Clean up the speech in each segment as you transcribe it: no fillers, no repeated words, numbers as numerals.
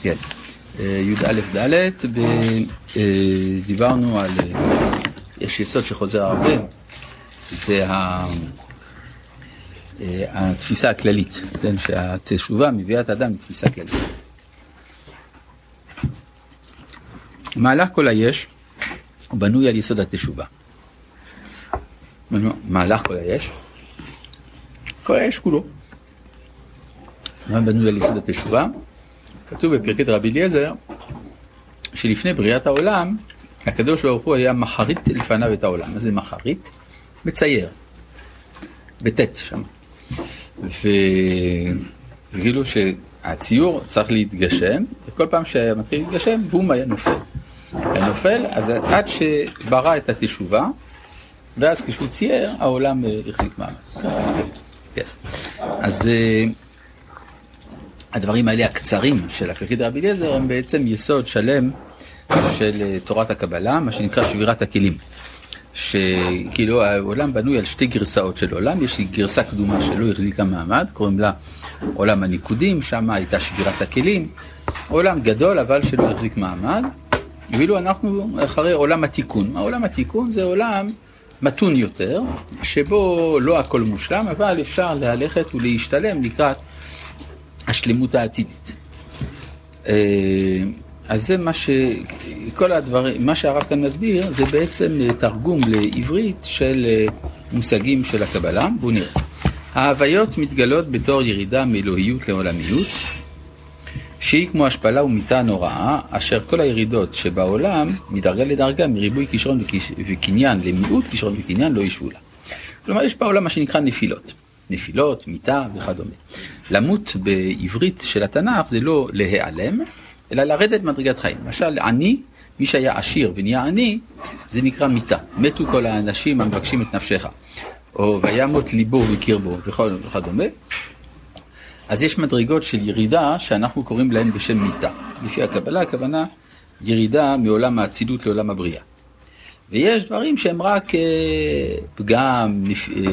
כן. י"א ד' דיברנו על, יש יסוד שחוזר הרבה, זה התפיסה הכללית, כן, שהתשובה מביאה את האדם לתפיסה כללית. מהלך כל היש הוא בנוי על יסוד התשובה. מהלך כל היש, כל היש כולו. מה בנוי על יסוד התשובה? כתוב בפרקי רבי אליעזר, שלפני בריאת העולם, הקדוש ברוך הוא היה מחרית לפניו את העולם. מה זה מחרית? מצייר. בטט שם. וכאילו שהציור צריך להתגשם, וכל פעם שמתחיל להתגשם, בום, היה נופל. היה נופל, אז עד שברא את התשובה, ואז כשהוא צייר, העולם החזיק מעמד. כן. אז הדברים האלה הקצרים של הפרקי רבי אליעזר הם בעצם יסוד שלם של תורת הקבלה, מה שנקרא שבירת הכלים. שכאילו העולם בנוי על שתי גרסאות של עולם, יש גרסה קדומה שלא החזיקה מעמד, קוראים לה עולם הניקודים, שם הייתה שבירת הכלים, עולם גדול אבל שלא החזיק מעמד, ואילו אנחנו אחרי עולם התיקון. העולם התיקון זה עולם מתון יותר, שבו לא הכל מושלם, אבל אפשר להלכת ולהשתלם לקראת השלמות העתידית. אז זה כל הדברים, מה שהרב כאן מסביר, זה בעצם תרגום לעברית של מושגים של הקבלה. בואו נראה. ההוויות מתגלות בתור ירידה מאלוהיות לעולמיות, שהיא כמו השפלה ומיתה נוראה, אשר כל הירידות שבעולם, מדרגה לדרגה, מריבוי כישרון וקניין למיעוט כישרון וקניין, לא ישבו לה. כלומר, יש בעולם מה שנקרא נפילות. נפילות, מיתה וכדומה. למות בעברית של התנ"ך זה לא להיעלם, אלא לרדת מדרגת חיים. למשל, עני, מי שהיה עשיר ונהיה עני, זה נקרא מיתה. מתו כל האנשים המבקשים את נפשך. או וימות ליבו וקרבו וכדומה. אז יש מדרגות של ירידה שאנחנו קוראים להן בשם מיתה. לפי הקבלה, הכוונה ירידה מעולם האצילות לעולם הבריאה. ויש דברים שהם רק פגם,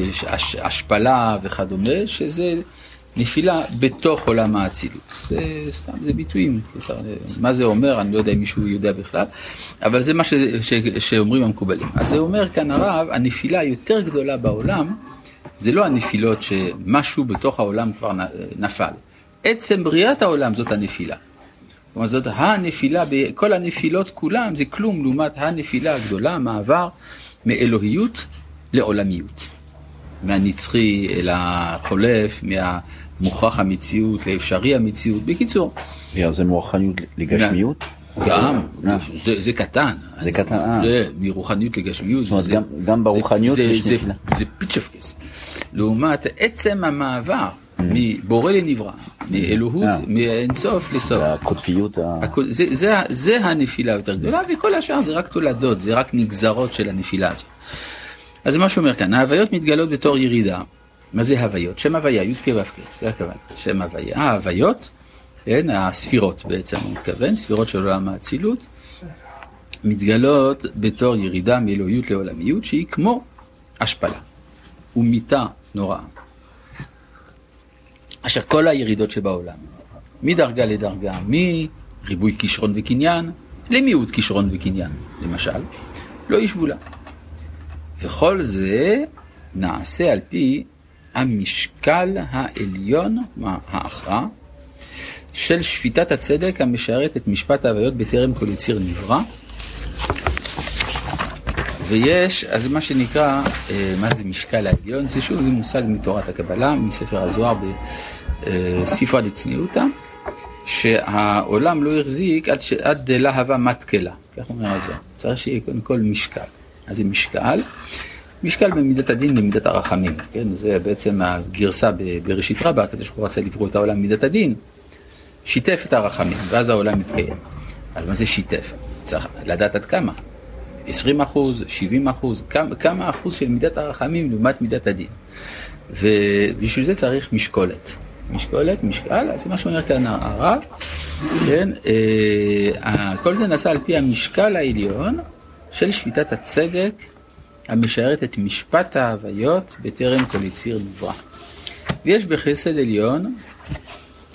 השפלה וכדומה, שזה נפילה בתוך עולם האצילות. זה סתם, זה ביטויים. מה זה אומר? אני לא יודע אם מישהו יודע בכלל, אבל זה מה שאומרים המקובלים. אז זה אומר כאן הרב, הנפילה היותר גדולה בעולם, זה לא הנפילות שמשהו בתוך העולם כבר נפל. עצם בריאת העולם זאת הנפילה. כלומר זאת הנפילה, כל הנפילות כולם זה כלום לעומת הנפילה הגדולה, המעבר מאלוהיות לעולמיות. מהנצחי אל החולף, מהמוכח המציאות לאפשרי המציאות. בקיצור. זה מרוחניות לגשמיות? גם, זה קטן. זה קטן, זה מרוחניות לגשמיות. זאת אומרת, גם ברוחניות יש נפילה. זה פיצ'פקס. לעומת עצם המעבר מבורא לנברא, מאלוהות, מאינסוף לסוף. הקוטפיות. זה הנפילה יותר גדולה, וכל השאר זה רק תולדות, זה רק נגזרות של הנפילה הזאת. אז מה שאומר כאן, ההוויות מתגלות בתור ירידה. מה זה הוויות? שם הוויה, י' כ' ו' כ', זה הכוונה. שם הוויה, ההוויות, כן, הספירות בעצם, הוא מתכוון, ספירות של עולם האצילות, מתגלות בתור ירידה מאלוהיות לעולמיות, שהיא כמו השפלה, ומיתה נוראה. אשר כל הירידות שבעולם, מדרגה לדרגה, מריבוי כישרון וקניין, למיעוט כישרון וקניין, למשל, לא ישבו לה. וכל זה נעשה על פי המשקל העליון, ההכרעה, של שפיטת הצדק המשרת את משפט ההוויות בטרם כל יציר נברא. ויש, אז מה שנקרא, מה זה משקל העליון? זה שוב, זה מושג מתורת הקבלה, מספר הזוהר בספרה לצניעותה, שהעולם לא יחזיק עד להבה מתקלה, כך אומר הזוהר. צריך שיהיה קודם כל משקל. אז זה משקל. משקל במידת הדין למידת הרחמים. כן? זה בעצם הגרסה בראשית רבה, כדי שהוא רצה לברוא את העולם במידת הדין, שיתף את הרחמים, ואז העולם מתקיים. אז מה זה שיתף? צריך לדעת עד כמה. 20%, 70%, כמה אחוז של מידת הרחמים לעומת מידת הדין. ובשביל זה צריך משקולת. משקולת, משקל, אז זה מה שאומר כאן הרב. כן? כל זה נעשה על פי המשקל העליון של שפיטת הצדק, המשערת את משפט ההוויות בטרם כל יציר נברא. ויש בחסד עליון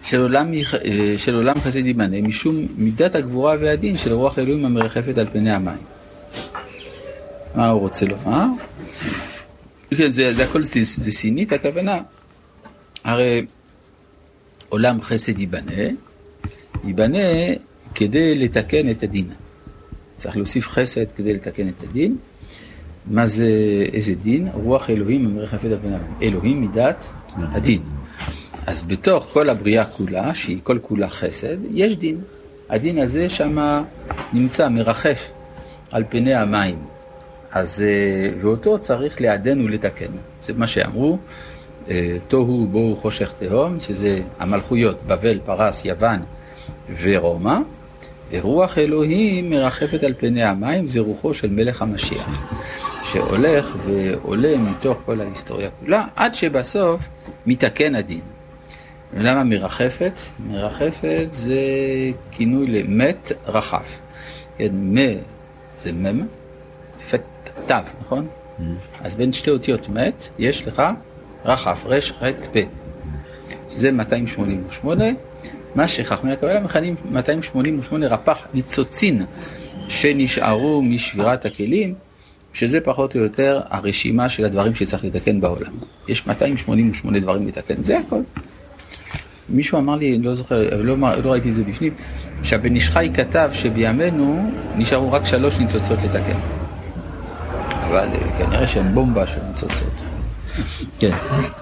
של עולם חסד ייבנה, משום מידת הגבורה והדין של רוח אלוהים המרחפת על פני המים. מה הוא רוצה לומר? כן, זה הכל, זה סינית, הכוונה. הרי עולם חסד ייבנה כדי לתקן את הדין. צריך להוסיף חסד כדי לתקן את הדין. מה זה, איזה דין? רוח אלוהים המרחפת על פני המים. אלוהים מידת הדין. אז בתוך כל הבריאה כולה, שהיא כל כולה חסד, יש דין. הדין הזה שמה נמצא, מרחף על פני המים. אז, ואותו צריך לעדן ולתקן. זה מה שאמרו, תוהו בואו חושך תהום, שזה המלכויות, בבל, פרס, יוון ורומא, ורוח אלוהים מרחפת על פני המים, זה רוחו של מלך המשיח, שהולך ועולה מתוך כל ההיסטוריה כולה, עד שבסוף מתקן הדין. ולמה מרחפת? מרחפת זה כינוי למת רחף. כן, זה מם, תו, נכון? אז בין שתי אותיות מת, יש לך רחף, רש, חט, פה. שזה 288, מה שחכמי הקבלה מכנים 288 רפ"ח ניצוצין שנשארו משבירת הכלים, שזה פחות או יותר הרשימה של הדברים שצריך לתקן בעולם. יש 288 דברים לתקן, זה הכל. מישהו אמר לי, לא זוכר, לא ראיתי את זה בפנים, שהבן איש חי כתב שבימינו נשארו רק 3 ניצוצות לתקן. אבל כנראה שהם בומבה של ניצוצות. כן.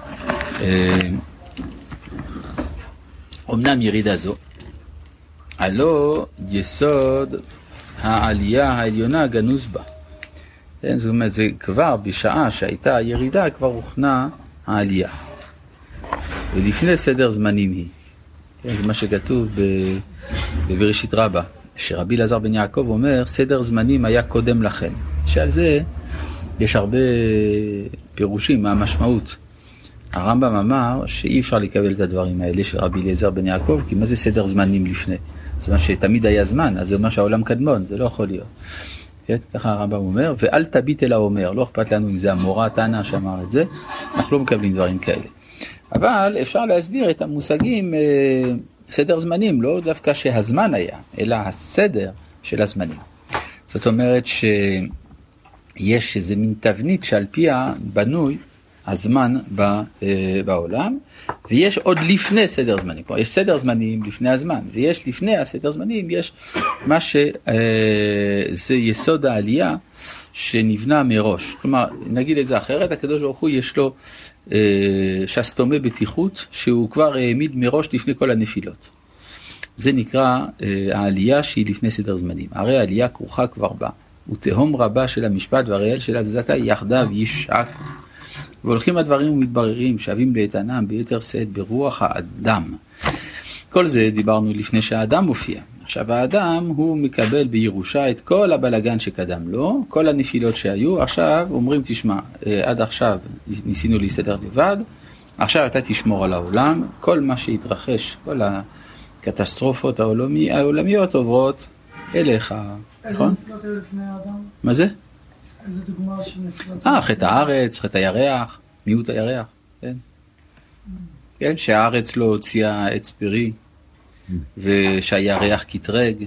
אמנם ירידה זו, הלא יסוד העלייה העליונה גנוז בה. זאת אומרת, זה כבר בשעה שהייתה ירידה, כבר הוכנה העלייה. ולפני סדר זמנים היא. זה מה שכתוב בבראשית רבה, שרבי אלעזר בן יעקב אומר, סדר זמנים היה קודם לכן. שעל זה יש הרבה פירושים, מה המשמעות. הרמב"ם אמר שאי אפשר לקבל את הדברים האלה של רבי אלעזר בן יעקב, כי מה זה סדר זמנים לפני? זאת אומרת שתמיד היה זמן, אז זה אומר שהעולם קדמון, זה לא יכול להיות. כן? ככה הרמב"ם אומר, ואל תביט אלא אומר, לא אכפת לנו אם זה המורה תנא שאמר את זה, אנחנו לא מקבלים דברים כאלה. אבל אפשר להסביר את המושגים סדר זמנים, לא דווקא שהזמן היה, אלא הסדר של הזמנים. זאת אומרת שיש איזה מין תבנית שעל פיה בנוי הזמן בעולם, ויש עוד לפני סדר זמנים. כלומר, יש סדר זמנים לפני הזמן, ויש לפני הסדר זמנים, יש מה שזה יסוד העלייה שנבנה מראש. כלומר, נגיד את זה אחרת, הקדוש ברוך הוא יש לו שסתומי בטיחות, שהוא כבר העמיד מראש לפני כל הנפילות. זה נקרא העלייה שהיא לפני סדר זמנים. הרי העלייה כרוכה כבר בה, ותהום רבה של המשפט והריאל של הצדקה יחדיו ישעק. והולכים הדברים ומתבררים, שווים לאיתנם ביתר שאת ברוח האדם. כל זה דיברנו לפני שהאדם מופיע. עכשיו האדם הוא מקבל בירושה את כל הבלגן שקדם לו, כל הנפילות שהיו. עכשיו אומרים תשמע, עד עכשיו ניסינו להסתדר לבד, עכשיו אתה תשמור על העולם, כל מה שהתרחש, כל הקטסטרופות העולמיות עוברות אליך. איזה נפלות היו לפני האדם? מה זה? איזה דוגמה של נפלות? חטא הארץ, חטא הירח, מיעוט הירח, כן? כן, שהארץ לא הוציאה עץ פרי, ושהירח קטרג,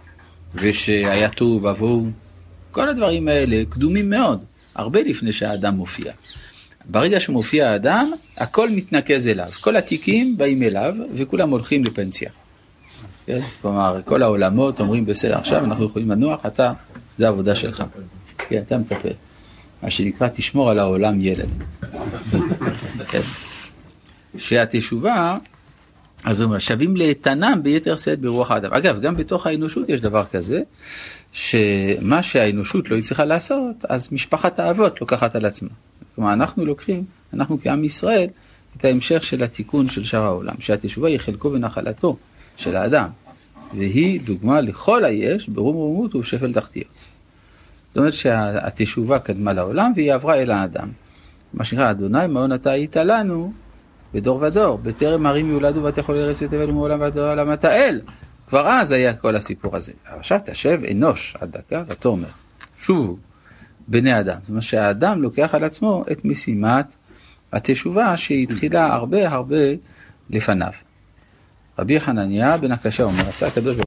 ושהיה תוהו ובוהו. כל הדברים האלה קדומים מאוד, הרבה לפני שהאדם מופיע. ברגע שמופיע האדם, הכל מתנקז אליו. כל התיקים באים אליו, וכולם הולכים לפנסיה. כן? כלומר, כל העולמות אומרים בסדר, עכשיו אנחנו יכולים לנוח, אתה, זה העבודה שלך. כן, אתה מטפל. מה שנקרא, תשמור על העולם ילד. כן. שהתשובה, אז הוא אומר, שווים לאיתנם ביתר שאת ברוח האדם. אגב, גם בתוך האנושות יש דבר כזה, שמה שהאנושות לא הצליחה לעשות, אז משפחת האבות לוקחת על עצמה. כלומר, אנחנו לוקחים, אנחנו כעם ישראל, את ההמשך של התיקון של שאר העולם, שהתשובה היא חלקו ונחלתו של האדם, והיא דוגמה לכל היש ברום רומות ובשפל תחתיות. זאת אומרת שהתשובה קדמה לעולם, והיא עברה אל האדם. מה שנקרא, אדוני, מעון אתה היית לנו, בדור ודור, בטרם ערים יולדו ותכל ארץ ותבל ומעולם ועד העולם אתה אל. כבר אז היה כל הסיפור הזה. עכשיו תשב אנוש עד דקה ותאמר, שובו בני אדם. זאת אומרת שהאדם לוקח על עצמו את משימת התשובה שהתחילה הרבה הרבה לפניו. רבי חנניה בן הקשה אומר, רצה הקדוש ברוך